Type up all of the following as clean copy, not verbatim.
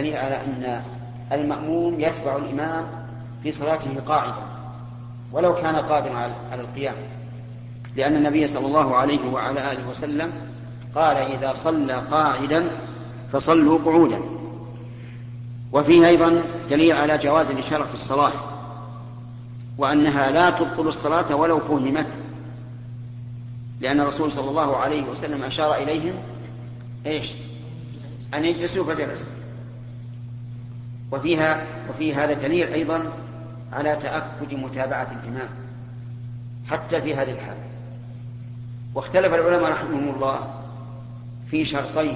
دليل على أن المأموم يتبع الإمام في صلاته قاعدا ولو كان قادرا على القيام، لأن النبي صلى الله عليه وعلى آله وسلم قال إذا صلى قاعدا فصلوا قعودا. وفيه أيضا دليل على جواز الإشارة في الصلاة، وأنها لا تبطل الصلاة ولو فهمت، لأن الرسول صلى الله عليه وسلم أشار إليهم أن يجلسوا فجلسوا. وفي هذا دليل أيضا على تأكد متابعة الإمام حتى في هذه الحالة. واختلف العلماء رحمهم الله في شرطين: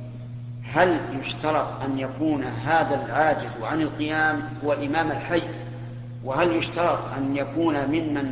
هل يشترط أن يكون هذا العاجز عن القيام هو إمام الحي، وهل يشترط أن يكون ممن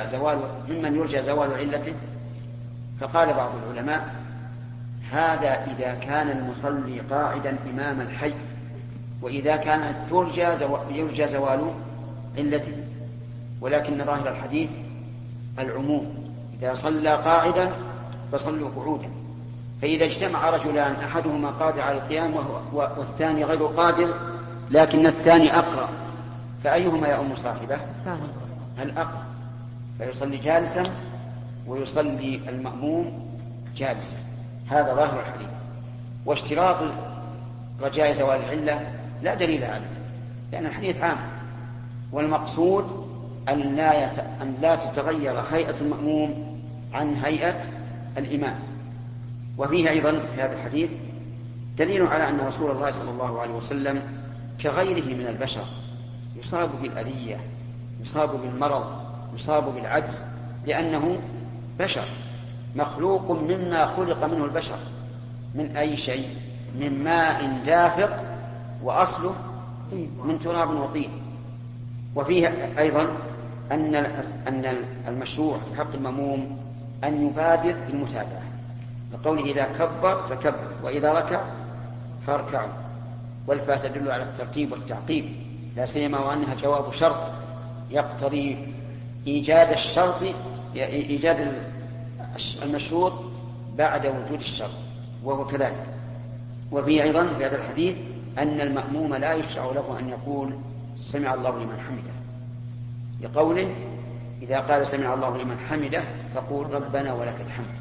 يرجى زوال علته؟ فقال بعض العلماء: هذا إذا كان المصلي قاعدا إمام الحي، وإذا كانت يرجى زوال علته. ولكن ظاهر الحديث العموم: إذا صلى قاعدا فصلوا قعودا. فإذا اجتمع رجلان أحدهما قادر على القيام والثاني غير قادر لكن الثاني أقرأ، فأيهما يؤم صاحبه؟ الأقرأ، فيصلي جالسا ويصلي المأموم جالسا. هذا ظاهر الحديث. واشتراط رجاء زوال العلة لا دليل عليه، لأن الحديث عام، والمقصود أن لا تتغير هيئة المأموم عن هيئة الإمام. وفيه أيضا في هذا الحديث دليل على أن رسول الله صلى الله عليه وسلم كغيره من البشر يصاب بالأذية، يصاب بالمرض، يصاب بالعجز، لأنه بشر مخلوق مما خلق منه البشر، من أي شيء؟ من ماء دافق وأصله من تراب وطين. وفيه أيضا أن المشروع في حق المأموم أن يبادر بالمتابعة، لقوله إذا كبر فكبر وإذا ركع فاركعوا، والفاء تدل على الترتيب والتعقيب، لا سيما وأنها جواب شرط يقتضي إيجاد الشرط، إيجاد المشروط بعد وجود الشرط، وهو كذلك. وفيه أيضا في هذا الحديث أن المأموم لا يشرع له أن يقول سمع الله لمن حمده، لقوله إذا قال سمع الله لمن حمده فقول ربنا ولك الحمد.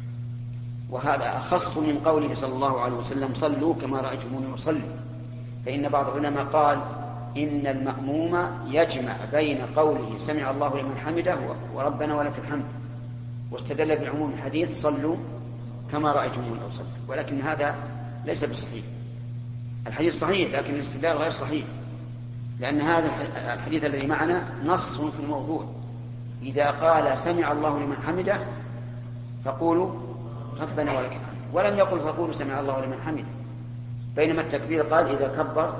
وهذا أخص من قوله صلى الله عليه وسلم صلوا كما رأيتموني أصلي، فإن بعض العلماء قال إن المأموم يجمع بين قوله سمع الله لمن حمده وربنا ولك الحمد، واستدل بعموم الحديث صلوا كما رأيتموني أصلي. ولكن هذا ليس بصحيح، الحديث صحيح لكن الاستدلال غير صحيح، لأن هذا الحديث الذي معنا نص في الموضوع: إذا قال سمع الله لمن حمده فقولوا ربنا ولك الحمد، ولم يقل فقولوا سمع الله لمن حمده، بينما التكبير قال إذا كبر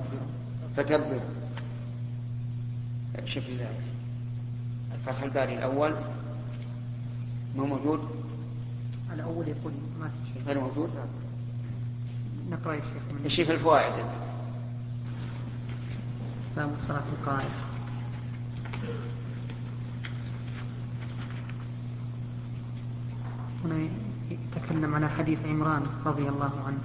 فكبر. شوف الفتح الباري الأول ما موجود، الأول يقول ما في شيء غير موجود. نقرأ يا شيخ الشيخ الفوائد باب صلاة القائم. هنا يتكلم على حديث عمران رضي الله عنه.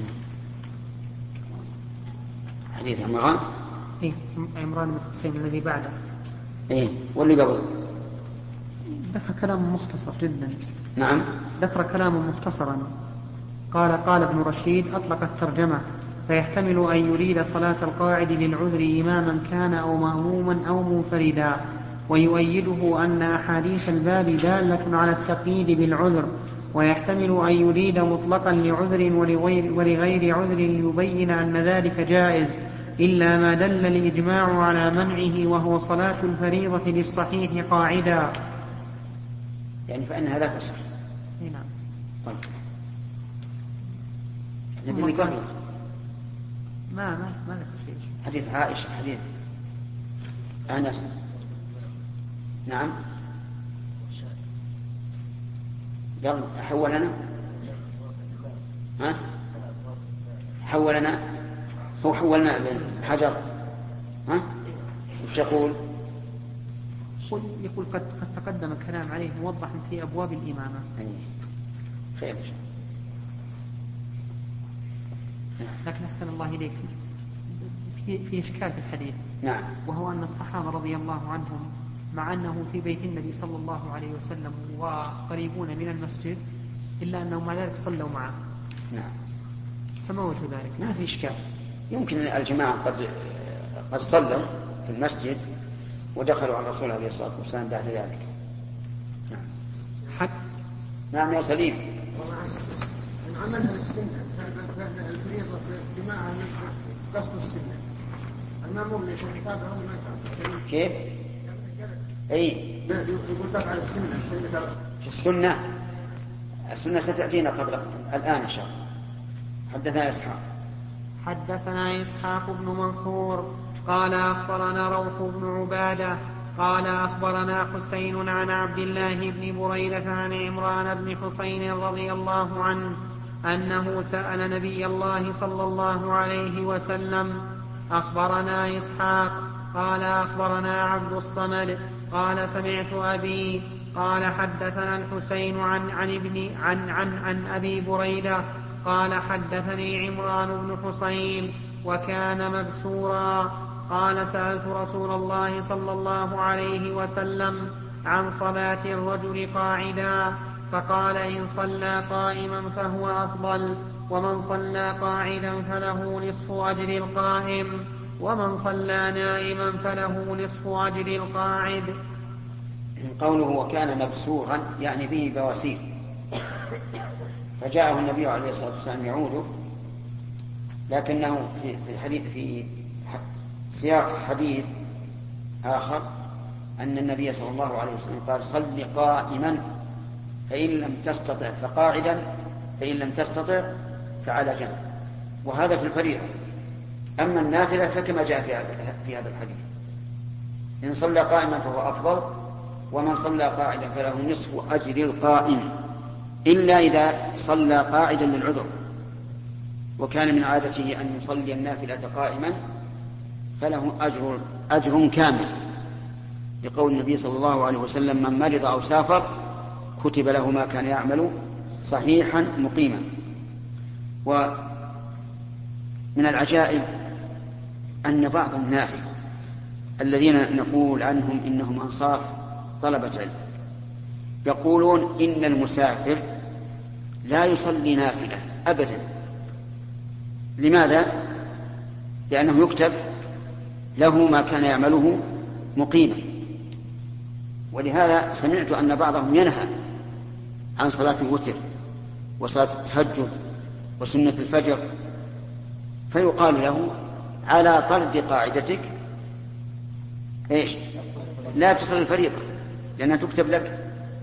حديث عمران؟ إيه، عمران بن حسين الذي بعده. إيه، واللي قبل ذكر كلام مختصر جدا. نعم، ذكر كلام مختصرا. قال ابن رشيد أطلق الترجمة، فيحتمل أن يريد صلاة القاعد للعذر إماما كان أو مأموما أو منفردا، ويؤيده أن أحاديث الباب دالة على التقييد بالعذر، ويحتمل أن يريد مطلقا لعذر ولغير عذر ليبين أن ذلك جائز، إلا ما دل الإجماع على منعه وهو صلاة الفريضة للصحيح قاعدا. يعني فإنها لا تصح. نعم. طيب نبي قبل ما ذكر شيء. حديث عائشة، حديث أنس. نعم، يلا حولنا. ها حولنا، هو حولنا بين حجر. ها وش يقول؟ يقول قد تقدم الكلام عليه موضحا في أبواب الإمامة. خير إن شاء لكن أحسن الله إليك في إشكال في الحديث. نعم. وهو أن الصحابة رضي الله عنهم مع أنه في بيت النبي صلى الله عليه وسلم وقريبون من المسجد إلا أنهم مع ذلك صلوا معه. نعم. فما وجه ذلك؟ ما في إشكال. يمكن الجماعة قد صلوا في المسجد ودخلوا على الرسول عليه الصلاة والسلام بعد ذلك. نعم. نعم يا سليم. إن عملها للسنة الفريضة جماعة قصد السنة المأموم ليش يتابع ولا ما يتابع؟ كيف؟ أي يقول تفعل السنة في السنة ستأتينا قبل الآن إن شاء الله. حدثنا إسحاق بن منصور قال أخبرنا روح بن عبادة قال أخبرنا حسين عن عبد الله بن بريدة عن عمران بن حسين رضي الله عنه أنه سأل نبي الله صلى الله عليه وسلم. أخبرنا إسحاق قال أخبرنا عبد الصمد قال سمعت أبي قال حدثنا الحسين عن أبي بريدة قال حدثني عمران بن حسين وكان مبسورا قال سألت رسول الله صلى الله عليه وسلم عن صلاة الرجل قاعدا فقال إن صلى قائما فهو أفضل ومن صلى قاعدا فله نصف أجر القائم ومن صلى نائما فله نصف أجر القاعد. قوله وكان مبسورا يعني به بواسير، فجاءه النبي عليه الصلاة والسلام يعود، لكنه في سياق حديث آخر أن النبي صلى الله عليه وسلم قال صل قائما فإن لم تستطع فقاعدا فإن لم تستطع فعلى جنب، وهذا في الفريضة. أما النافلة فكما جاء في هذا الحديث إن صلى قائما فهو أفضل ومن صلى قاعدا فله نصف أجر القائم، إلا إذا صلى قاعدا للعذر وكان من عادته أن يصلي النافلة قائما فله أجر كامل، لقول النبي صلى الله عليه وسلم من مرض أو سافر كتب له ما كان يعمل صحيحا مقيما. ومن العجائب أن بعض الناس الذين نقول عنهم إنهم أنصاف طلبة علم يقولون إن المسافر لا يصلي نافلة أبدا. لماذا؟ لأنه يكتب له ما كان يعمله مقيما. ولهذا سمعت أن بعضهم ينهى عن صلاة الوتر وصلاة التهجد وسنة الفجر، فيقال له على طرد قاعدتك لا تصل الفريضة لأنها تكتب لك.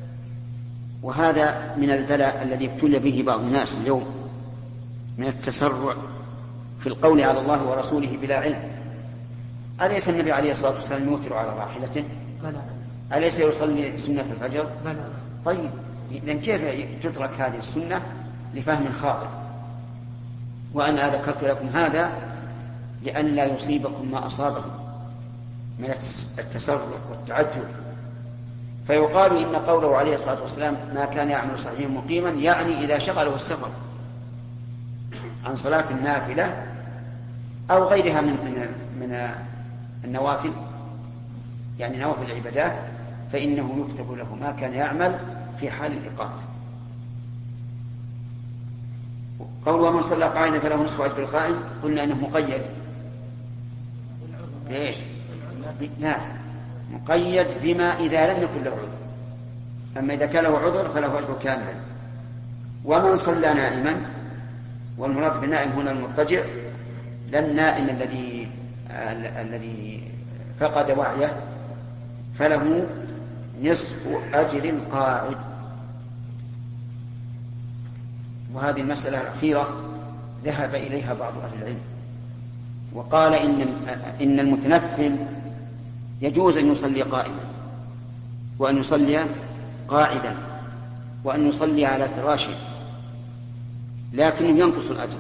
وهذا من البلاء الذي ابتلي به بعض الناس اليوم من التسرع في القول على الله ورسوله بلا علم. أليس النبي عليه الصلاة والسلام يوتر على راحلته؟ أليس يصلي سنة الفجر؟ طيب إذن كيف تترك هذه السنة لفهم خاطئ؟ وأنا ذكرت لكم هذا لأن لا يصيبكم ما أصابكم من التسرع والتعجل. فيقال إن قوله عليه الصلاة والسلام ما كان يعمل صحيح مقيما يعني إذا شغله السفر عن صلاة النافلة أو غيرها من النوافل، يعني نوافل العبادات، فإنه يكتب له ما كان يعمل في حال الإقامة. قول ومن صلى قاعدا فله نصف أجر القائم قلنا أنه مقيد. ليش؟ لا، مقيد بما إذا لم يكن له عذر، أما إذا كان له عذر فله أجر كامل. ومن صلى نائما، والمراد بالنائم هنا المضطجع، لا النائم الذي فقد وعيه، فله نصف أجر القاعد. وهذه المسألة الأخيرة ذهب إليها بعض أهل العلم وقال إن المتنفل يجوز أن يصلي قائما وأن يصلي قاعدا وأن يصلي على فراشه، لكنه ينقص الأجر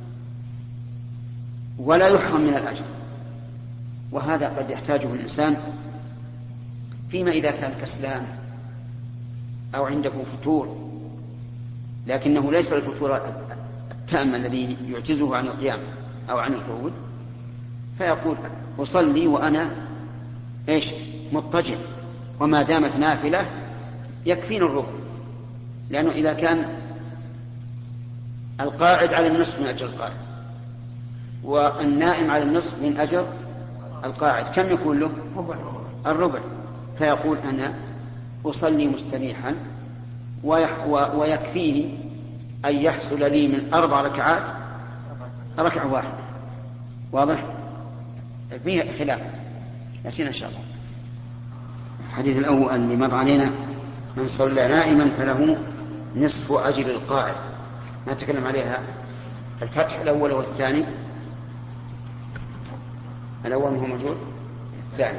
ولا يحرم من الأجر. وهذا قد يحتاجه الإنسان فيما إذا كان كسلان أو عنده فتور، لكنه ليس الفتور التام الذي يعجزه عن القيام أو عن القعود، فيقول أصلي وأنا مضطجع، وما دامت نافلة يكفيني الركن، لأنه إذا كان القاعد على النصف من أجر القاعد والنائم على النصف من أجر القاعد، كم يكون له؟ الربع. فيقول أنا أصلي مستريحا ويكفيني أن يحصل لي من 4 ركعات ركعة واحدة. واضح؟ فيه خلاف، يأتينا إن شاء الله. الحديث الأول اللي مر علينا: من صلى نائما فله نصف أجر القاعد. ما نتكلم عليها الفتح الأول والثاني. الأول هو موجود، الثاني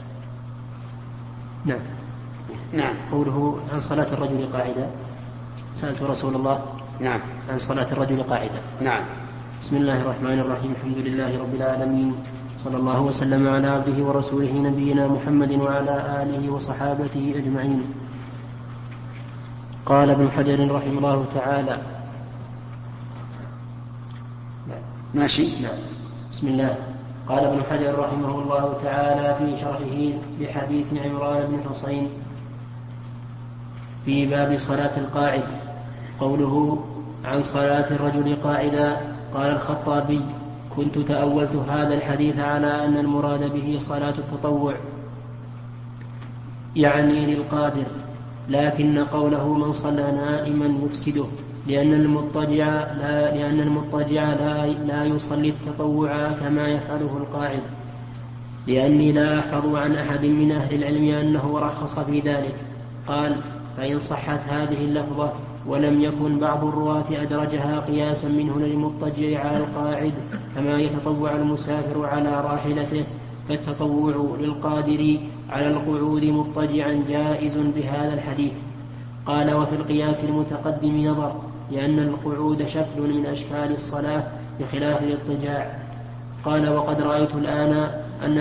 نعم. قوله عن صلاة الرجل قاعدة، سألت رسول الله نعم عن صلاة الرجل قاعدة. نعم. بسم الله الرحمن الرحيم. الحمد لله رب العالمين، صلى الله وسلم على عبده ورسوله نبينا محمد وعلى آله وصحابته أجمعين. قال ابن حجر رحمه الله تعالى: ماشي. بسم الله. قال ابن حجر رحمه الله تعالى في شرحه بحديث عمران بن حصين في باب صلاة القاعد: قوله عن صلاة الرجل قاعدا. قال الخطابي: كنت تأولت هذا الحديث على أن المراد به صلاة التطوع، يعني للقادر، لكن قوله من صلى نائما يفسده، لأن المضطجع لا يصلي التطوع كما يفعله القاعد، لأني لا أحفظ عن أحد من أهل العلم أنه رخص في ذلك. قال: فإن صحت هذه اللفظة ولم يكن بعض الرواة أدرجها قياسا منه للمضطجع على القاعد كما يتطوع المسافر على راحلته، فالتطوع للقادر على القعود مضطجعا جائز بهذا الحديث. قال: وفي القياس المتقدم نظر، لأن القعود شكل من أشكال الصلاة بخلاف الاضطجاع. قال: وقد رأيت الآن أن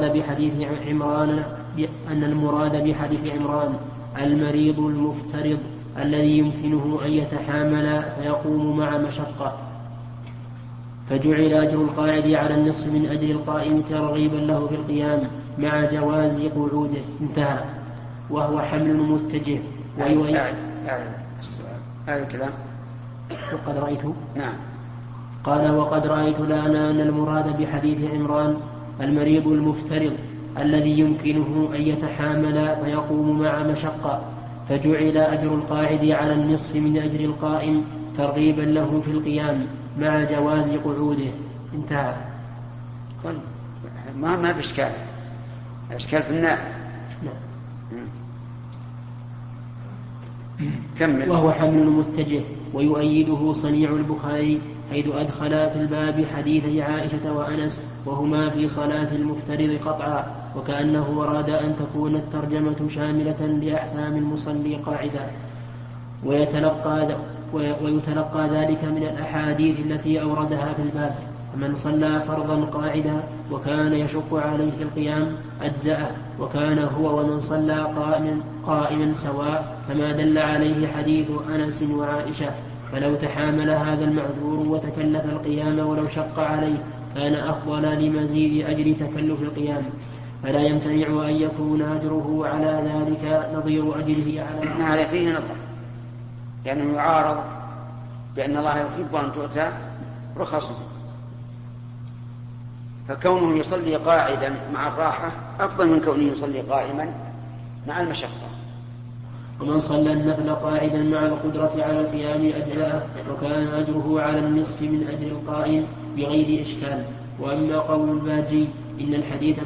المراد بحديث عمران المريض المفترض الذي يمكنه أن يتحامل فيقوم مع مشقة، فجعل أجر القاعد على النصف من أجر القائم ترغيبا له في القيام مع جواز قعوده. انتهى. وهو حمل متجه هذا الكلام. وقد رأيت. نعم. قال: وقد رأيت الآن أن المراد بحديث عمران المريض المفترض الذي يمكنه أن يتحامل فيقوم مع مشقة، فجعل أجر القاعد على النصف من أجر القائم ترغيبا له في القيام مع جواز قعوده. انتهى. ما بإشكال، الإشكال في النار. كمل. وهو حمل متجه. ويؤيده صنيع البخاري حيث أدخل في الباب حديثي عائشة وأنس وهما في صلاة المفترض قطعا، وكأنه أراد أن تكون الترجمة شاملة لأحكام المصلي قاعدا، ويتلقى ذلك من الأحاديث التي أوردها في الباب. فمن صلى فرضا قاعدا وكان يشق عليه القيام أجزأه، وكان هو ومن صلى قائما سواء، كما دل عليه حديث أنس وعائشة. فلو تحامل هذا المعذور وتكلف القيام ولو شق عليه كان أفضل لمزيد أجر تكلف القيام، فلا يمتنع أن يكون أجره على ذلك نظير أجره على هذا فيه نظر، لأنه يعارض بأن الله يحب أن تؤتى رخصه، فكونه يصلي قاعدا مع الراحة أفضل من كونه يصلي قائما مع المشقة. ومن صلى النفل قاعدا مع القدرة على القيام أجزاءه، وكان أجره على النصف من أجر القائم بغير إشكال. وأما قول الباجي إن الحديث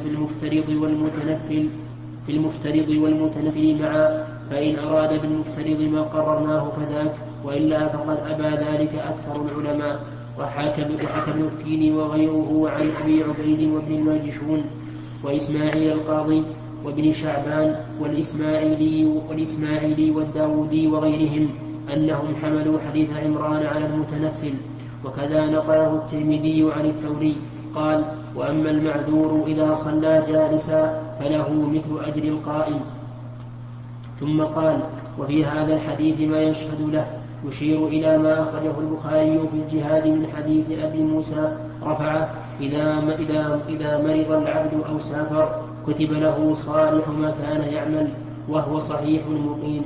في المفترض والمتنفل معا، فإن أراد بالمفترض ما قررناه فذاك، وإلا فقد أبى ذلك أكثر العلماء. وحكى ابن التين وغيره عن أبي عبيد وابن الماجشون وإسماعيل القاضي وابن شعبان والإسماعيلي والداودي وغيرهم أنهم حملوا حديث عمران على المتنفل. وكذا نقله الترمذي عن الثوري قال: وأما المعذور إذا صلى جالسا فله مثل أجر القائم. ثم قال: وفي هذا الحديث ما يشهد له، يشير إلى ما أخرجه البخاري في الجهاد من حديث أبي موسى رفعه: إذا مرض العبد أو سافر كتب له صالح ما كان يعمل وهو صحيح مقيم.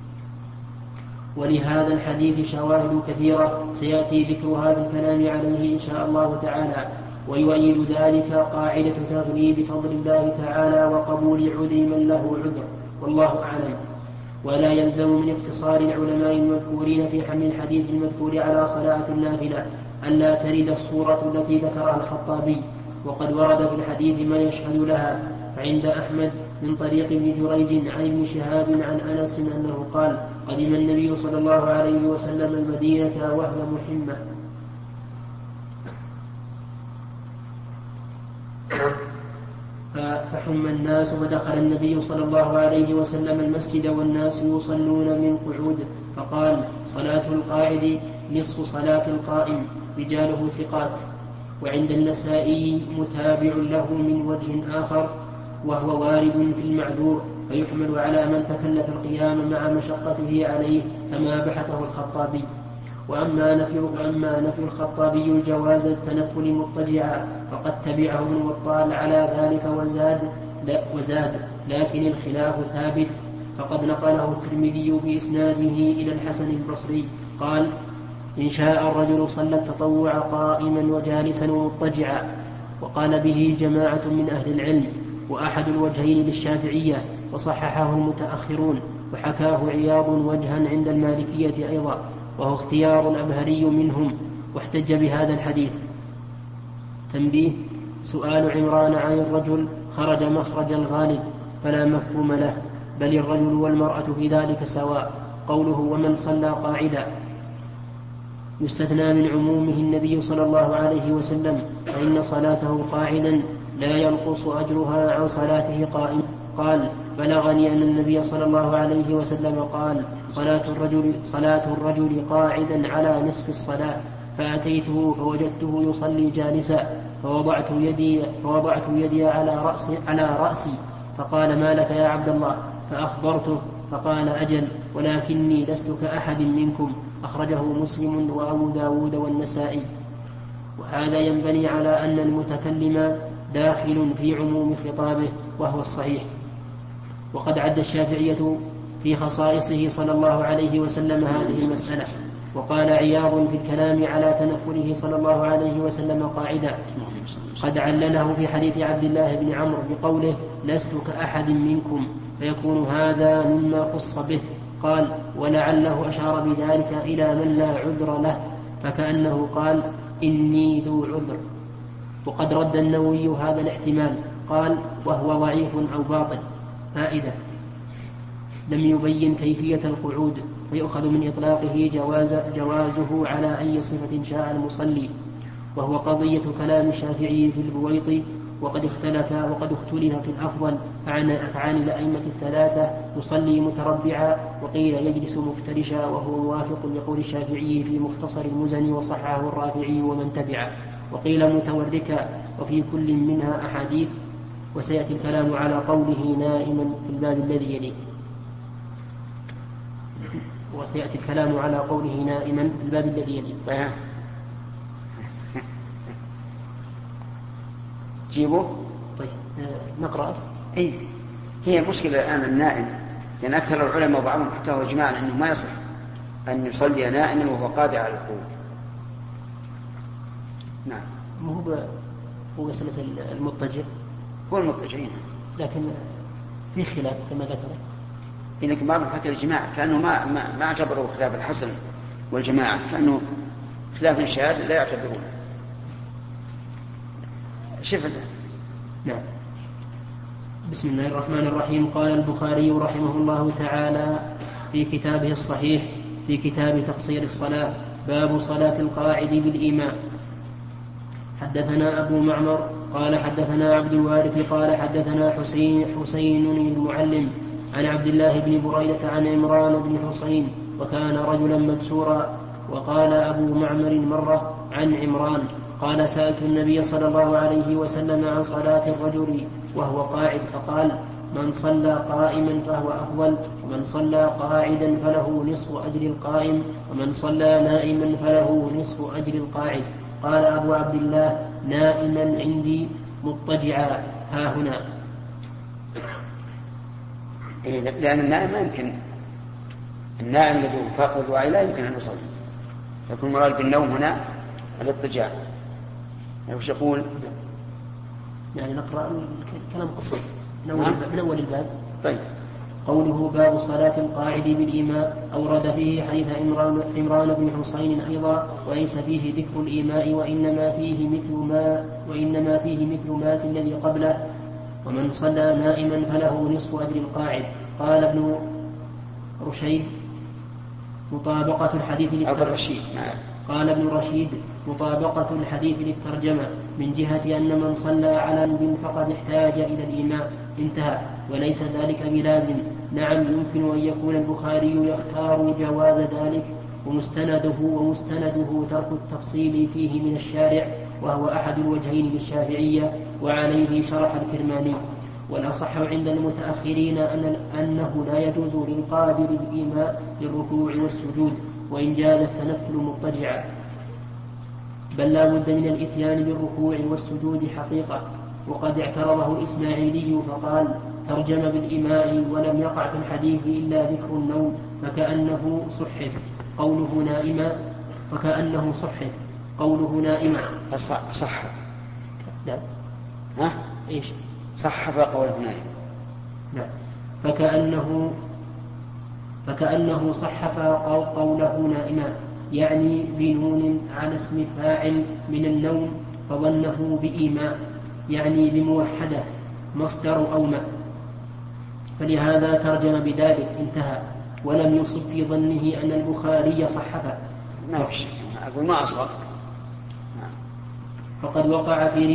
ولهذا الحديث شواهد كثيرة سيأتي ذكرها بالكلام عليه إن شاء الله تعالى. ويؤيد ذلك قاعدة تغليب فضل الله تعالى وقبول عذر من له عذر، والله أعلم. ولا يلزم من اقتصار العلماء المذكورين في حمل الحديث المذكور على صلاة النافلة ألا ترد الصورة التي ذكرها الخطابي، وقد ورد في الحديث ما يشهد لها. فعند أحمد من طريق ابن جريج عن ابن شهاب عن أنس أنه قال: قدم النبي صلى الله عليه وسلم المدينة وهي محمة، فحم الناس، فدخل النبي صلى الله عليه وسلم المسجد والناس يصلون من قعود، فقال: صلاة القاعد نصف صلاة القائم، رجاله ثقات. وعند النسائي متابع له من وجه آخر وهو وارد في المعذور، فيحمل على من تكلف القيام مع مشقته عليه كما بحثه الخطابي. وأما نفي الخطابي جواز التنفل مضطجعا فقد تبعه ابن بطال على ذلك وزاد، لكن الخلاف ثابت، فقد نقله الترمذي بإسناده إلى الحسن البصري قال: إن شاء الرجل صلى التطوع قائما وجالسا ومضطجعا. وقال به جماعة من أهل العلم، وأحد الوجهين للشافعية، وصححه المتأخرون، وحكاه عياض وجها عند المالكية أيضا، وهو اختيار الأبهري منهم، واحتج بهذا الحديث. تنبيه: سؤال عمران عن الرجل خرج مخرج الغالب فلا مفهوم له، بل الرجل والمرأة في ذلك سواء. قوله ومن صلى قاعدا يستثنى من عمومه النبي صلى الله عليه وسلم، فإن صلاته قاعدا لا ينقص أجرها عن صلاته قائما. قال: بلغني أن النبي صلى الله عليه وسلم قال: صلاة الرجل قاعدا على نصف الصلاة، فأتيته فوجدته يصلي جالسا، فوضعت يدي على رأسي، فقال: ما لك يا عبد الله؟ فأخبرته، فقال: أجل، ولكني لست كأحد منكم. أخرجه مسلم وأبو داود والنسائي. وهذا ينبني على أن المتكلم داخل في عموم خطابه، وهو الصحيح. وقد عد الشافعية في خصائصه صلى الله عليه وسلم هذه المسألة. وقال عياض في الكلام على تنفله صلى الله عليه وسلم قاعدا، قد علله في حديث عبد الله بن عمرو بقوله: لست كأحد منكم، فيكون هذا مما خص به. قال: ولعله أشار بذلك إلى من لا عذر له، فكأنه قال: إني ذو عذر. وقد رد النووي هذا الاحتمال، قال: وهو ضعيف أو باطل. فائدة: لم يبين كيفية القعود، فيؤخذ من إطلاقه جوازه على أي صفة شاء المصلي، وهو قضية كلام الشافعي في البويط. وقد اختلف في الأفضل، فعن الأئمة الثلاثة يصلي متربعا، وقيل يجلس مفترشا، وهو موافق لقول الشافعي في مختصر المزني، وصححه الرافعي ومن تبعه. وقيل متوركا، وفي كل منها أحاديث، وسيأتي الكلام على قوله نائما في الباب الذي يليه. طيب جيبه. طيب نقرأ. إيه، هي مشكلة الآن النائم، لأن أكثر العلماء وبعضهم حكاه إجماعا أنه ما يصح أن يصلي نائما وهو قادر على القعود. نعم. هو مسألة المضطجع، هو المضطجعين، لكن في خلاف كما ذكر. لكن بعضهم حكى الإجماع، كأنه ما اعتبروا خلاف الحسن والجماعة، كأنه خلاف الشهادة لا يعتبرون. شفت. نعم. بسم الله الرحمن الرحيم. قال البخاري رحمه الله تعالى في كتابه الصحيح في كتاب تقصير الصلاة: باب صلاة القاعد بالإمام. حدثنا أبو معمر قال حدثنا عبد الوارث قال حدثنا حسين المعلم عن عبد الله بن بريدة عن عمران بن حسين، وكان رجلا مبسورا. وقال أبو معمر مرة عن عمران قال: سألت النبي صلى الله عليه وسلم عن صلاة الرجل وهو قاعد، فقال: من صلى قائما فهو أفضل، ومن صلى قاعدا فله نصف أجر القائم، ومن صلى نائما فله نصف أجر القاعد. قال أبو عبد الله: نائما عندي مضطجعا ها هنا. لأن النائم ما يمكن، النائم الذي هو فاقد الوعي لا يمكن أن يصلي، يكون المراد بالنوم هنا الاضطجاع. وش يقول؟ يعني نقرأ الكلام قصير من أول الباب. طيب. قوله: باب صلاة القاعد بالإيماء. أورد فيه حديث عمران بن حسين أيضا، وليس فيه ذكر الإيماء، وإنما فيه مثل ما في الذي قبله. ومن صلى نائما فله نصف أجر القاعد. قال ابن رشيد: مطابقة الحديث قال ابن رشيد: مطابقة الحديث للترجمة من جهة أن من صلى على نب فقد احتاج إلى الإيماء. انتهى. وليس ذلك بلازم. نعم، يمكن أن يكون البخاري يختار جواز ذلك، ومستنده ترك التفصيل فيه من الشارع، وهو أحد الوجهين للشافعية، وعليه شرح الكرماني. والأصح عند المتأخرين أنه لا يجوز للقادر الإيماء للركوع والسجود، وإن جاز التنفل مضطجعا، بل لا بد من الإتيان بالركوع والسجود حقيقة. وقد اعترضه الإسماعيلي فقال: ترجم بالإيماء ولم يقع في الحديث إلا ذكر النوم، فكأنه صحف قوله نائما. صح. لا. ها؟ إيش؟ صحف قوله نائما. لا. فكأنه صحف قوله نائما، يعني بنون على اسم فاعل من النوم، فظنه بإيماء، يعني بموحدة مصدر أومأ، فلهذا ترجم بذلك. انتهى. ولم يصب في ظنه أن البخاري صحفه. ما في شيء، أقول ما أصاب. فقد وقع في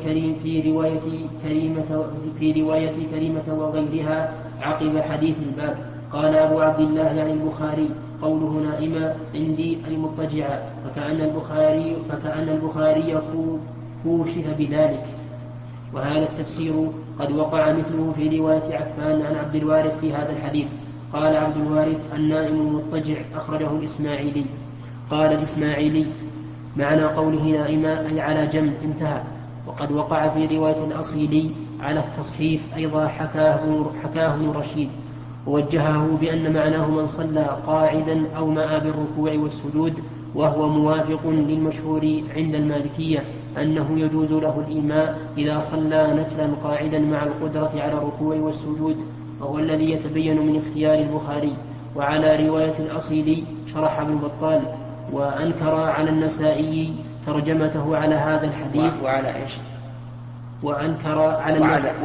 رواية كريمة وغيرها عقب حديث الباب. قال أبو عبد الله يعني البخاري: قوله نائما عندي أي مضطجعا، فكأن البخاري كوشف بذلك. وهذا التفسير قد وقع مثله في رواية عفان عن عبد الوارث في هذا الحديث. قال عبد الوارث: النائم المضطجع، أخرجه الإسماعيلي. قال الإسماعيلي: معنى قوله نائما أي على جنب. انتهى. وقد وقع في رواية الأصيلي على التصحيف أيضا، حكاه ابن رشيد، ووجهه بأن معناه من صلى قاعدا أو ماء بالركوع والسجود، وهو موافق للمشهور عند المالكية أنه يجوز له الإيماء إذا صلى نفلا قاعدا مع القدرة على الركوع والسجود، وهو الذي يتبين من اختيار البخاري. وعلى رواية الأصيلي شرح ابن بطال، وأنكر على النسائي ترجمته على هذا الحديث. وعلى إيش؟ وأنكر على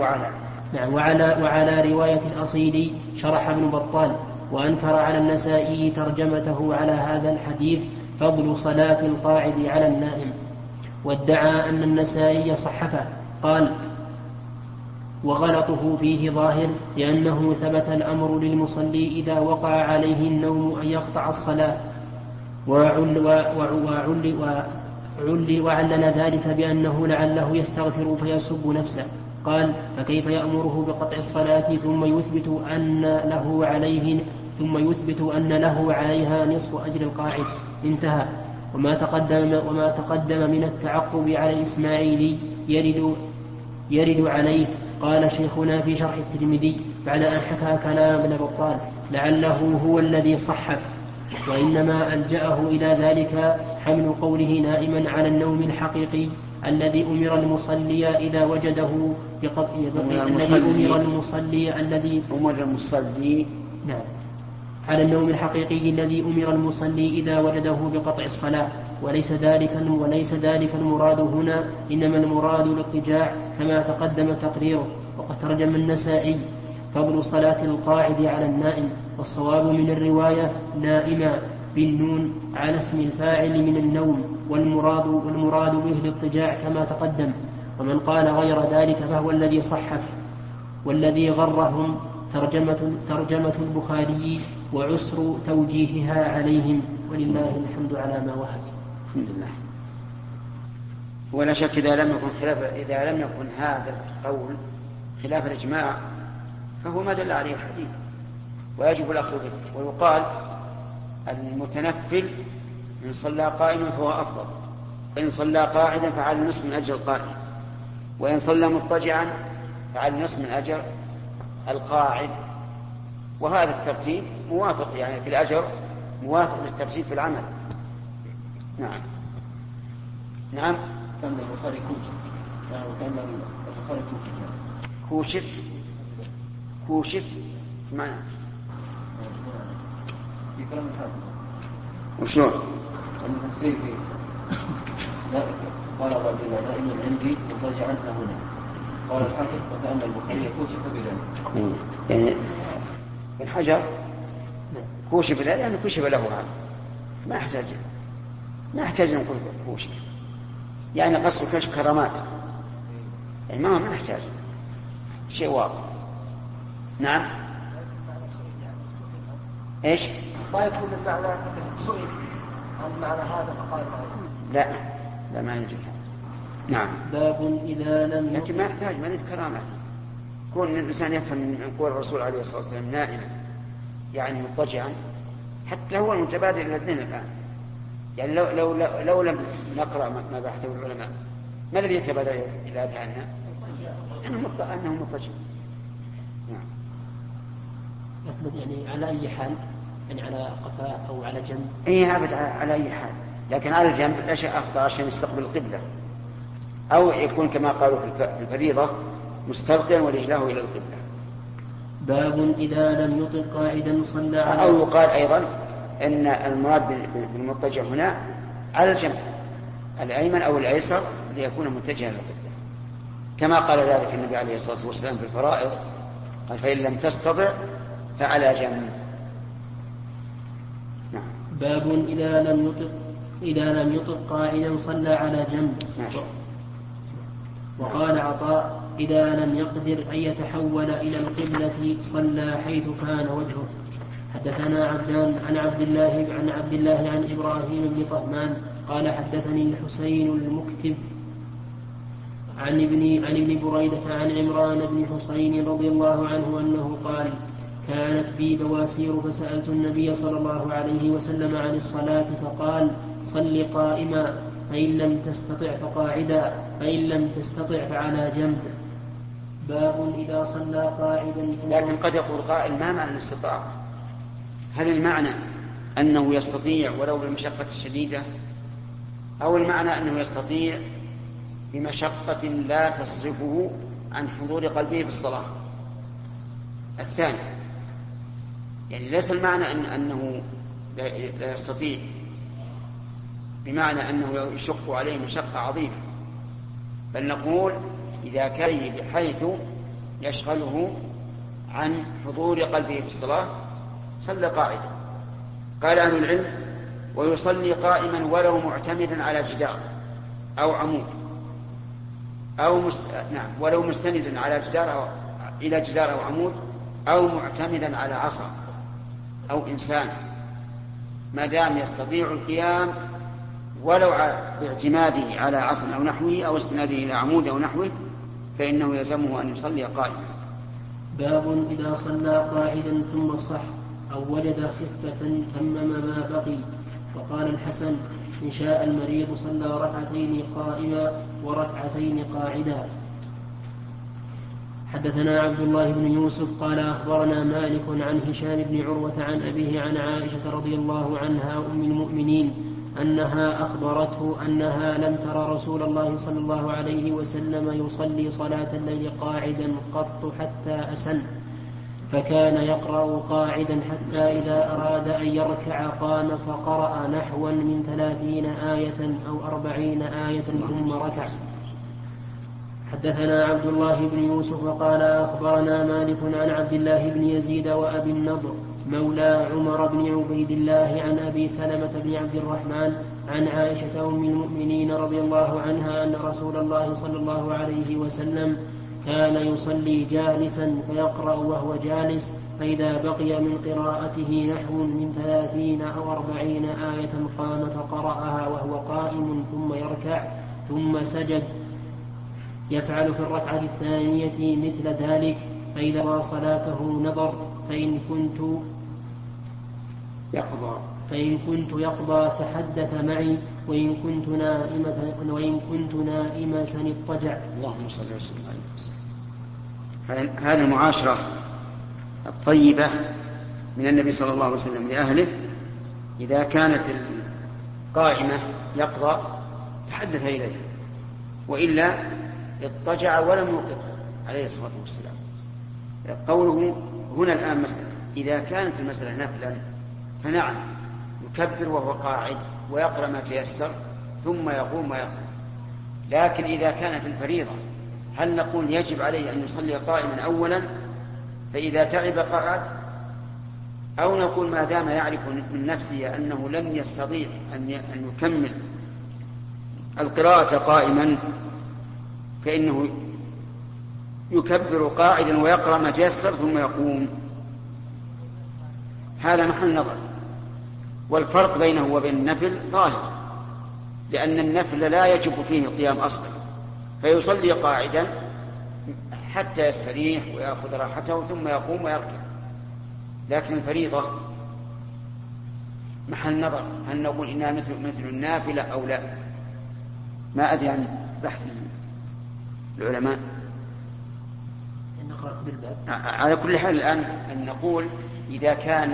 وعلى رواية الأصيلي شرح ابن بطال، وأنكر على النسائي ترجمته على هذا الحديث: فضل صلاة القاعد على النائم. وادعى أن النسائي صحفه. قال: وغلطه فيه ظاهر، لأنه ثبت الأمر للمصلي إذا وقع عليه النوم أن يقطع الصلاة، وعلل ذلك بأنه لعله يستغفر فيسب نفسه. قال: فكيف يأمره بقطع الصلاة ثم يثبت أن له عليها نصف أجر القاعد؟ انتهى. وما تقدم من التعقب على الإسماعيلي يرد عليه. قال شيخنا في شرح الترمذي بعد أن حكى كلام ابن بطال: لعله هو الذي صحف، وإنما ألجأه إلى ذلك حمل قوله نائما على النوم الحقيقي الذي أمر المصلي إذا وجده على النوم الحقيقي الذي أمر المصلي إذا وجده بقطع الصلاة. وليس ذلك المراد هنا، إنما المراد الاضطجاع كما تقدم تقريره. وقد ترجم النسائي: فضل صلاة القاعد على النائم. والصواب من الرواية نائما بالنون على اسم الفاعل من النوم، والمراد به الاضطجاع كما تقدم. ومن قال غير ذلك فهو الذي صحف، والذي غرهم ترجمة البخاري وعسر توجيهها عليهم، ولله الحمد على ما وهب. الحمد لله. ولا شك إذا لم يكن هذا القول خلاف الإجماع فهو ما دل عليه الحديث ويجب الأخذ به. ويقال المتنفل إن صلى قائما فهو أفضل، وإن صلى قاعدا فعلى نصف من أجر القائم، وإن صلى مضطجعا فعلى نصف من أجر القاعد. وهذا الترتيب موافق يعني في الأجر موافق للترتيب في العمل. نعم. نعم. كان البخاري كوشف كوشف معنى في كلام هذا وشلون؟ التفسير فيه لا قال الله دائما عندي مضطجعا هنا. قال الحافظ وكأن البخاري كوشف بذلك. يعني ابن حجر كوشف بذلك يعني كوشف له هذا، ما يحتاج نقول كوشف، يعني قصر كشف كرامات، يعني ما نحتاج شيء واضح. نعم. ايش؟ ما يكون المعنى سئل عن معنى هذا فقال لا ما يجوز. نعم. باب إذا لم لكن ما يحتاج ما ذي كرامة. كون الإنسان يفهم من قول الرسول عليه الصلاة والسلام نائما يعني مضطجعا، حتى هو المتبادل إلى الذهن الآن. يعني لو لم نقرأ ما بحثه العلماء ما الذي يتبادل إلى أذهاننا؟ أنه مضطجع. نعم. يعني على أي حال؟ يعني على قفاه أو على جنب؟ إيه أبد على أي حال، لكن على الجنب لا شيء أفضل عشان يستقبل القبلة، أو يكون كما قالوا في الفريضة مستلقيا ورجلاه إلى القبلة. باب إذا لم يطق قاعدا صلى على، أو يقال أيضا أن المراد بالمضطجع هنا على الجنب الأيمن أو الأيسر ليكون متجها للقبلة، كما قال ذلك النبي عليه الصلاة والسلام في الفرائض، قال فإن لم تستطع فعلى جنب. نعم. باب إذا لم يطق قاعدا صلى على جنب. ماشي. وقال عطاء إذا لم يقدر أن يتحول إلى القبلة صلى حيث كان وجهه. حدثنا عبدان عن عبد الله عن إبراهيم بن طهمان قال حدثني الحسين المكتب عن ابن بريدة عن عمران بن حسين رضي الله عنه أنه قال كانت بي بواسير فسألت النبي صلى الله عليه وسلم عن الصلاة فقال صل قائما فإن لم تستطع فقاعدا فإن لم تستطع فعلى جنب. باب إذا صلى قاعدا. لكن قد يقول قائل ما معنى الاستطاعة؟ هل المعنى أنه يستطيع ولو بالمشقة الشديدة، أو المعنى أنه يستطيع بمشقة لا تصرفه عن حضور قلبه بالصلاة؟ الثاني، يعني ليس المعنى أنه لا يستطيع بمعنى أنه يشق عليه مشقة عظيمة، بل نقول إذا كان بحيث يشغله عن حضور قلبه بالصلاة صلى قاعدا. قال أهل العلم ويصلي قائما ولو معتمدا على جدار أو عمود ولو مستندا على جدار أو عمود أو معتمدا على عصا أو إنسان، ما دام يستطيع القيام ولو باعتماده على عصا أو نحوه أو استناده إلى عمود أو نحوه فإنه يلزمه أن يصلي قائما. باب إذا صلى قاعدا ثم صح أو وجد خفة تمم ما بقي. وقال الحسن إن شاء المريض صلى ركعتين قائما وركعتين قاعدا. حدثنا عبد الله بن يوسف قال أخبرنا مالك عن هشام بن عروة عن أبيه عن عائشة رضي الله عنها أم المؤمنين أنها أخبرته أنها لم تر رسول الله صلى الله عليه وسلم يصلي صلاة الليل قاعدا قط حتى أسن، فكان يقرأ قاعدا حتى إذا أراد أن يركع قام فقرأ نحوا من 30 آية أو 40 آية ثم ركع. حدثنا عبد الله بن يوسف قال أخبرنا مالك عن عبد الله بن يزيد وأبي النضر مولى عمر بن عبيد الله عن أبي سلمة بن عبد الرحمن عن عائشة أم المؤمنين رضي الله عنها أن رسول الله صلى الله عليه وسلم كان يصلي جالسا فيقرأ وهو جالس، فإذا بقي من قراءته نحو من 30 أو 40 آية قام فقرأها وهو قائم ثم يركع ثم سجد. يفعل في الركعة الثانية مثل ذلك فإذا قضى صلاته نظر فإن كنت يقضى تحدث معي وإن كنت نائمة اضطجع. اللهم صل وسلم عليه. هذه المعاشرة الطيبة من النبي صلى الله عليه وسلم لأهله، إذا كانت القائمة يقضى تحدث إليه، وإلا اضطجع ولم يوقظه عليه الصلاة والسلام. قوله هنا الآن مسألة، إذا كانت المسألة نفلا فنعم يكبر وهو قاعد ويقرأ ما تيسر ثم يقوم ويقرأ. لكن إذا كان في الفريضة هل نقول يجب عليه أن يصلي قائما أولا فإذا تعب قعد، أو نقول ما دام يعرف من نفسه أنه لم يستطيع أن يكمل القراءة قائما فإنه يكبر قاعدا ويقرأ ما تيسر ثم يقوم؟ هذا محل نظر، والفرق بينه وبين النفل ظاهر، لأن النفل لا يجب فيه القيام أصلا، فيصلي قاعدا حتى يستريح ويأخذ راحته ثم يقوم ويركع. لكن الفريضة محل نظر، هل نقول إنها مثل النافلة أو لا؟ ما أدري عن بحث العلماء. على كل حال الآن أن نقول إذا كان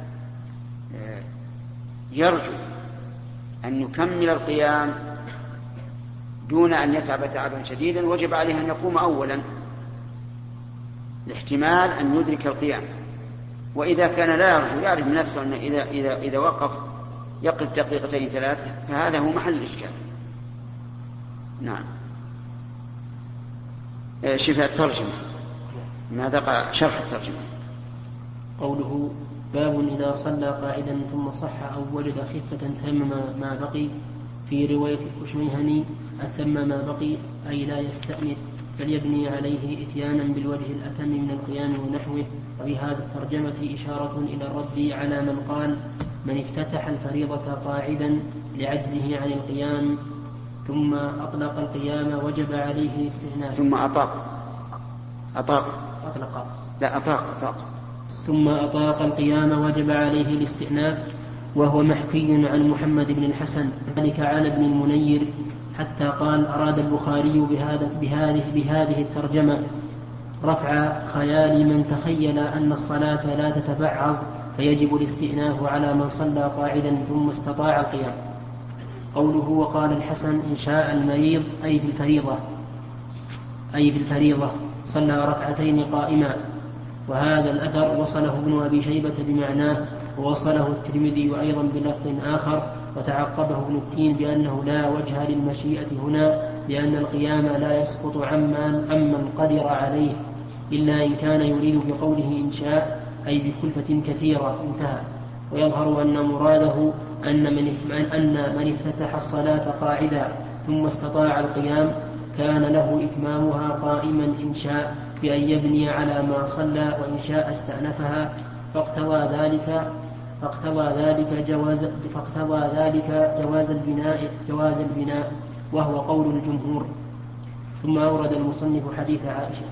يرجو أن يكمل القيام دون أن يتعب تعبا شديدا وجب عليه أن يقوم أولا لاحتمال أن يدرك القيام. وإذا كان لا يرجو، يعرف من نفسه أن إذا وقف يقف دقيقتين ثلاث، فهذا هو محل الإشكال. نعم. شفاء الترجمة، ماذا قال شرح الترجمة؟ قوله باب إذا صلى قاعدا ثم صح أو وجد خفة تم ما بقي. في رواية الكشميهني أتم ما بقي أي لا يستأنف بل يبني عليه إتيانا بالوجه الأتم من القيام ونحوه. وفي هذه الترجمة إشارة إلى الرد على من قال من افتتح الفريضة قاعدا لعجزه عن القيام ثم أطلق القيام وجب عليه الاستئناف. ثم ثم أطاق القيام وجب عليه الاستئناف. وهو محكي عن محمد بن الحسن ذلك على ابن المنير حتى قال أراد البخاري بهذه الترجمة رفع خيال من تخيل أن الصلاة لا تتبعض فيجب الاستئناف على من صلى قاعدا ثم استطاع القيام. قوله وقال الحسن إن شاء المريض أي في الفريضة صلى ركعتين قائما. وهذا الأثر وصله ابن أبي شيبة بمعناه، ووصله الترمذي أيضا بلفظ آخر، وتعقبه ابن التين بأنه لا وجه للمشيئة هنا، لأن القيام لا يسقط عمن قدر عليه إلا إن كان يريد بقوله إن شاء أي بكلفة كثيرة. انتهى. ويظهر أن مراده أن من افتتح الصلاة قاعدا ثم استطاع القيام كان له إتمامها قائما إن شاء بأن يبني على ما صلى، وإن شاء استأنفها، فاقتضى ذلك جواز البناء وهو قول الجمهور. ثم أورد المصنف حديث عائشة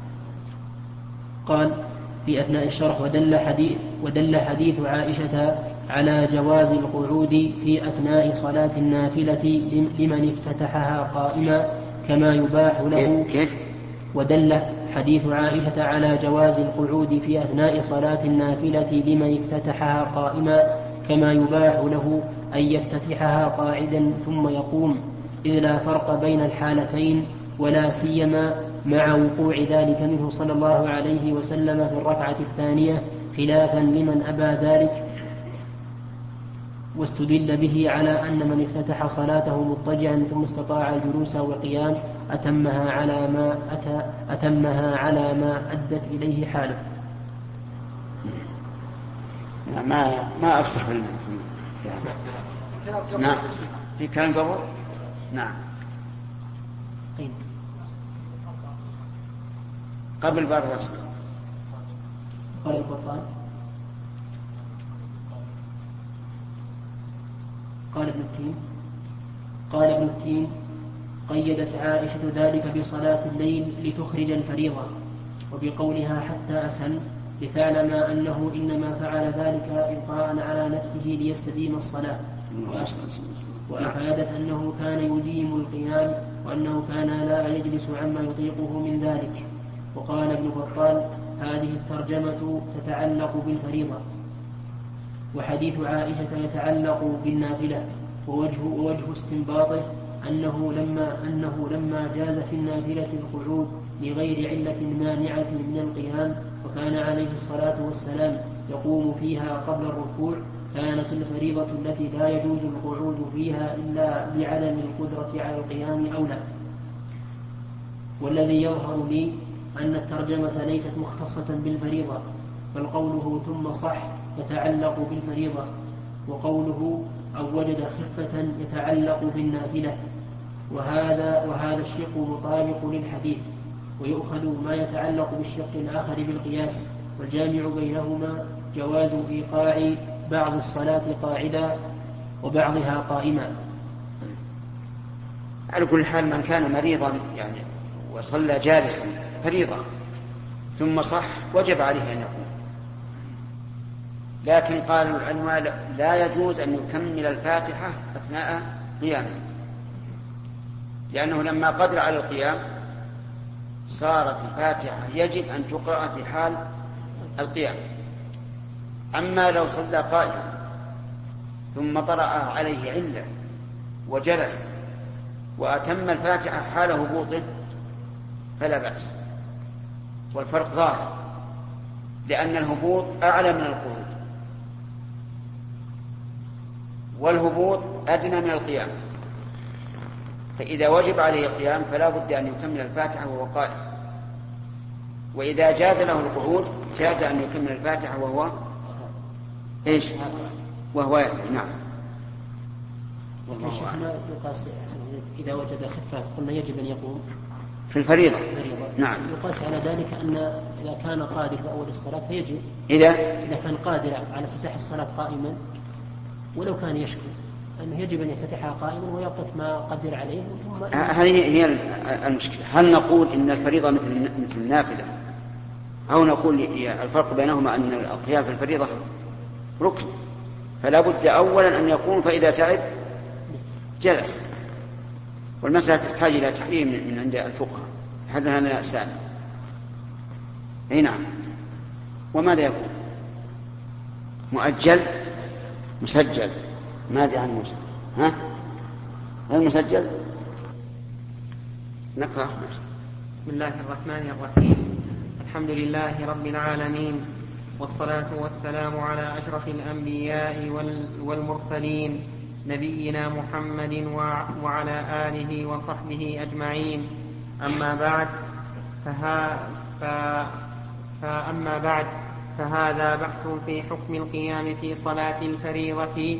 قال في أثناء الشرح ودل حديث عائشة على جواز القعود في أثناء صلاة النافلة لمن افتتحها قائما كما يباح له. ودل حديث عائشة على جواز القعود في أثناء صلاة النافلة لمن افتتحها قائما كما يباح له أن يفتتحها قاعدا ثم يقوم، إذ لا فرق بين الحالتين، ولا سيما مع وقوع ذلك منه صلى الله عليه وسلم في الركعة الثانية خلافا لمن أبى ذلك. واستدل به على أن من افتتح صلاته مضطجعا ثم استطاع الجلوس والقيام أتمها على ما أدت إليه حاله. ما أفصح نعم في كلام قبل. نعم قبل باب الرسل قال القرطان قال ابن التين قيدت عائشة ذلك بصلاة الليل لتخرج الفريضة، وبقولها حتى أسهل لتعلم أنه إنما فعل ذلك إلقاء على نفسه ليستديم الصلاة، وأفادت أنه كان يديم القيام وأنه كان لا يجلس عما يطيقه من ذلك. وقال ابن بطال: هذه الترجمة تتعلق بالفريضة، وحديث عائشة يتعلق بالنافلة، ووجه استنباطه أنه لما جاز في النافلة القعود لغير علة مانعة من القيام، وكان عليه الصلاة والسلام يقوم فيها قبل الركوع، كانت الفريضة التي لا يجوز القعود فيها إلا بعدم القدرة على القيام أولى. والذي يظهر لي أن الترجمة ليست مختصة بالفريضة، بل قوله ثم صح يتعلق بالفريضة، وقوله أو وجد خفة يتعلق بالنافلة، وهذا الشق مطابق للحديث، ويؤخذ ما يتعلق بالشق الآخر بالقياس، والجامع بينهما جواز إيقاع بعض الصلاة قاعدا وبعضها قائما. على كل حال من كان مريضا يعني وصلى جالسا فريضة ثم صح وجب عليه أن يقوم، لكن قال العلماء لا يجوز أن يكمل الفاتحة أثناء قيامه، لأنه لما قدر على القيام صارت الفاتحة يجب أن تقرأ في حال القيام. أما لو صلى قائما ثم طرأ عليه علة وجلس وأتم الفاتحة حال هبوطه فلا بأس، والفرق ظاهر، لأن الهبوط أعلى من القعود، والهبوط أدنى من القيام، فإذا وجب عليه القيام فلا بد أن يكمل الفاتحة وهو قائم، وإذا جاز له القعود جاز أن يكمل الفاتحة وهو إيش؟ وهو ناس. يقاس إذا وجد خفة قلنا يجب أن يقوم في الفريضة. نعم. يقاس على ذلك أن إذا كان قادر في أول الصلاة فيجب، إذا كان قادر على فتح الصلاة قائما ولو كان يشكو أنه يجب أن يفتحها قائما ويقف ما قدر عليه. هذه هي المشكلة، هل نقول إن الفريضة مثل النافلة، أو نقول الفرق بينهما أن القيام في الفريضة ركن، فلا بد أولا أن يقوم، فإذا تعب جلس، والمسألة تحتاج إلى تحريم من عند الفقهاء، هل هذا سائل؟ أي نعم. وماذا يكون؟ مؤجل مسجل؟ ماذا عن المسجل؟ ها؟ المسجل نقرأ. بسم الله الرحمن الرحيم. الحمد لله رب العالمين، والصلاة والسلام على أشرف الأنبياء والمرسلين نبينا محمد وعلى آله وصحبه أجمعين. أما بعد فهذا بحث في حكم القيام في صلاة الفريضة.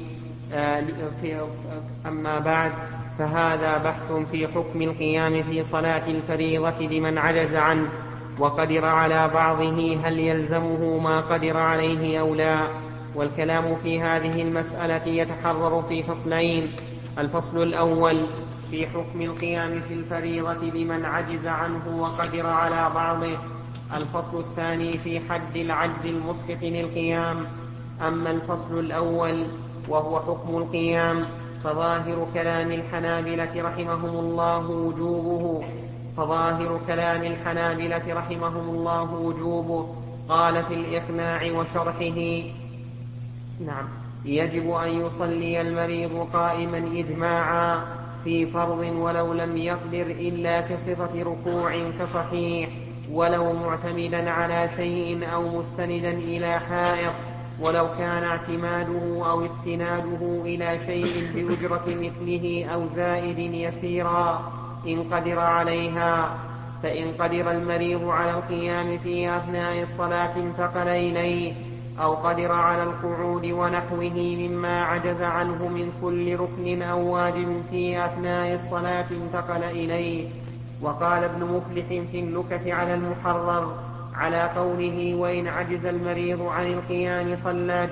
أما بعد فهذا بحث في حكم القيام في صلاة الفريضة لمن عجز عنه وقدر على بعضه، هل يلزمه ما قدر عليه أو لا؟ والكلام في هذه المسألة يتحرر في فصلين: الفصل الأول في حكم القيام في الفريضة لمن عجز عنه وقدر على بعضه، الفصل الثاني في حد العجز المسقط للقيام. أما الفصل الأول وهو حكم القيام فظاهر كلام الحنابلة رحمهم الله وجوبه. قال في الإقناع وشرحه: نعم، يجب أن يصلي المريض قائما إجماعا في فرض ولو لم يقدر إلا كصفة ركوع كصحيح، ولو معتمدا على شيء أو مستندا إلى حائط، ولو كان اعتماده أو استناده إلى شيء بأجرة مثله أو زائد يسيرا إن قدر عليها. فإن قدر المريض على القيام في أثناء الصلاة انتقل إليه، أو قدر على القعود ونحوه مما عجز عنه من كل ركن أو واجب في أثناء الصلاة انتقل إليه. وقال ابن مفلح في النكت على المحرر على قوله: وإن عجز المريض عن القيام صلى،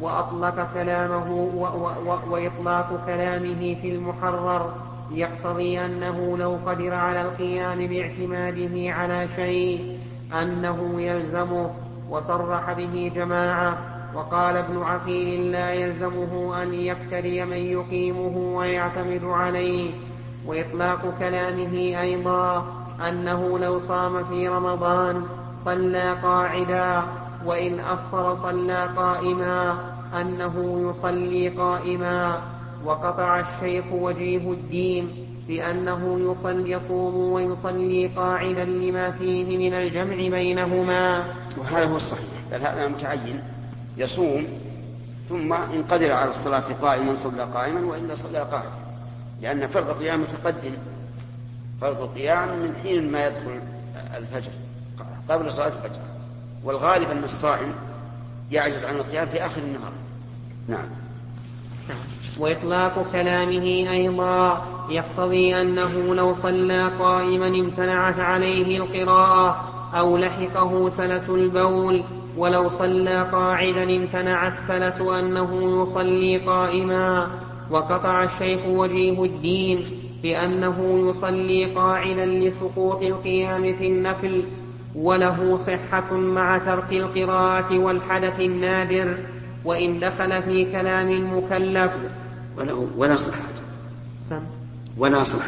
وإطلاق كلامه في المحرر يقتضي أنه لو قدر على القيام باعتماده على شيء أنه يلزمه، وصرح به جماعة. وقال ابن عقيل لا يلزمه أن يفتري من يقيمه ويعتمد عليه. وإطلاق كلامه أيضا أنه لو صام في رمضان صلى قاعدا، وإن أفطر صلى قائما، أنه يصلي قائما. وقطع الشيخ وجيه الدين بأنه يصوم ويصلي قاعدا لما فيه من الجمع بينهما. وهذا هو الصحيح، بل هذا متعين، يصوم ثم إن قدر على الصلاة قائما صلى قائما، وإلا صلى قاعدا، لأن فرض القيام متقدم. فرض القيام من حين ما يدخل الفجر قبل صلاة الفجر، والغالب أن الصائم يعجز عن القيام في آخر النهار. نعم. وإطلاق كلامه أيضا يقتضي أنه لو صلى قائما امتنعت عليه القراءة أو لحقه سلس البول، ولو صلى قاعدا امتنع السلس أنه يصلي قائما. وقطع الشيخ وجيه الدين بأنه يصلي قاعدا لسقوط القيام في النفل، وله صحة مع ترك القراءة والحدث النادر، وإن دخل في كلام المكلف ولا صحة ولا صحة.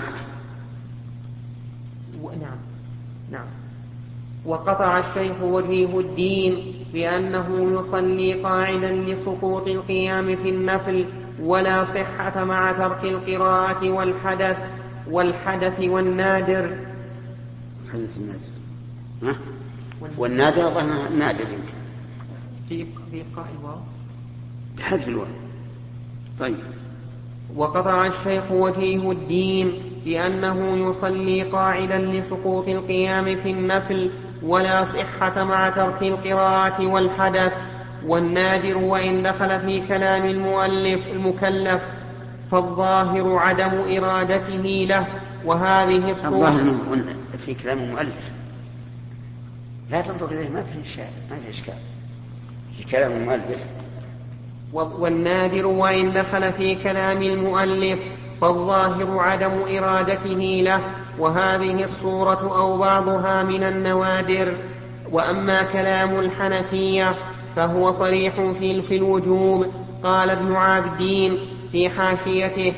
نعم. وقطع الشيخ وجيه الدين بأنه يصلي قاعدا لسقوط القيام في النفل، ولا صحة مع ترك القراءة والحدث والنادر. الحدث النادر والنادر ظهر النادر يمكن في إسقاط الواو بحذف الواو. طيب. وقطع الشيخ وجيه الدين بأنه يصلي قاعدا لسقوط القيام في النفل، ولا صحة مع ترك القراءة والحدث والنادر، وإن دخل في كلام المكلف فالظاهر عدم إرادته له. وهذه الصورة الظاهر في كلام المؤلف لا تنظر إليه، ما في إشكال في كلام المؤلف. والنادر وإن دخل في كلام المؤلف فالظاهر عدم إرادته له، وهذه الصورة أو بعضها من النوادر. وأما كلام الحنفية فهو صريح في الوجوب. قال ابن عابدين في حاشيته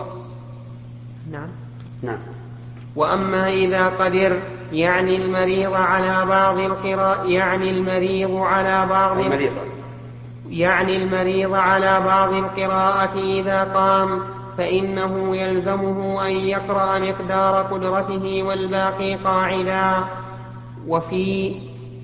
نعم. وأما إذا قدر يعني المريض على بعض القراءة إذا قام، فإنه يلزمه أن يقرأ مقدار قدرته والباقي قاعدا. وفي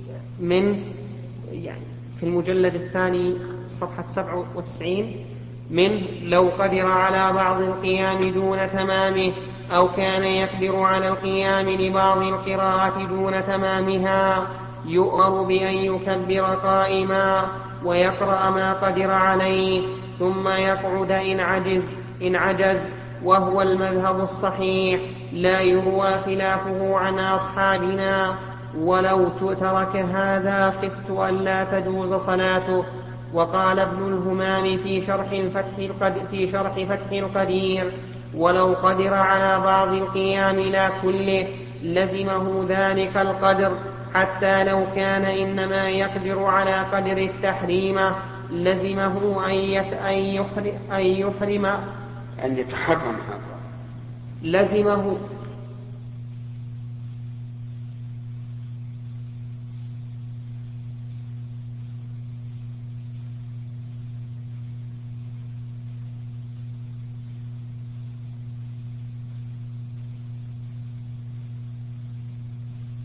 في المجلد الثاني صفحة 97 منه لو قدر على بعض القيام دون تمامه، أو كان يقدر على القيام لبعض القراءة دون تمامها، يؤمر بأن يكبر قائما ويقرأ ما قدر عليه ثم يقعد إن عجز، وهو المذهب الصحيح، لا يروى خلافه عن أصحابنا. ولو ترك هذا خفت أن لا تجوز صلاته. وقال ابن الهمام في شرح فتح القدير ولو قدر على بعض القيام لا كله لزمه ذلك القدر، حتى لو كان إنما يقدر على قدر التحريم لزمه أن يحرم أن يتحرم لزمه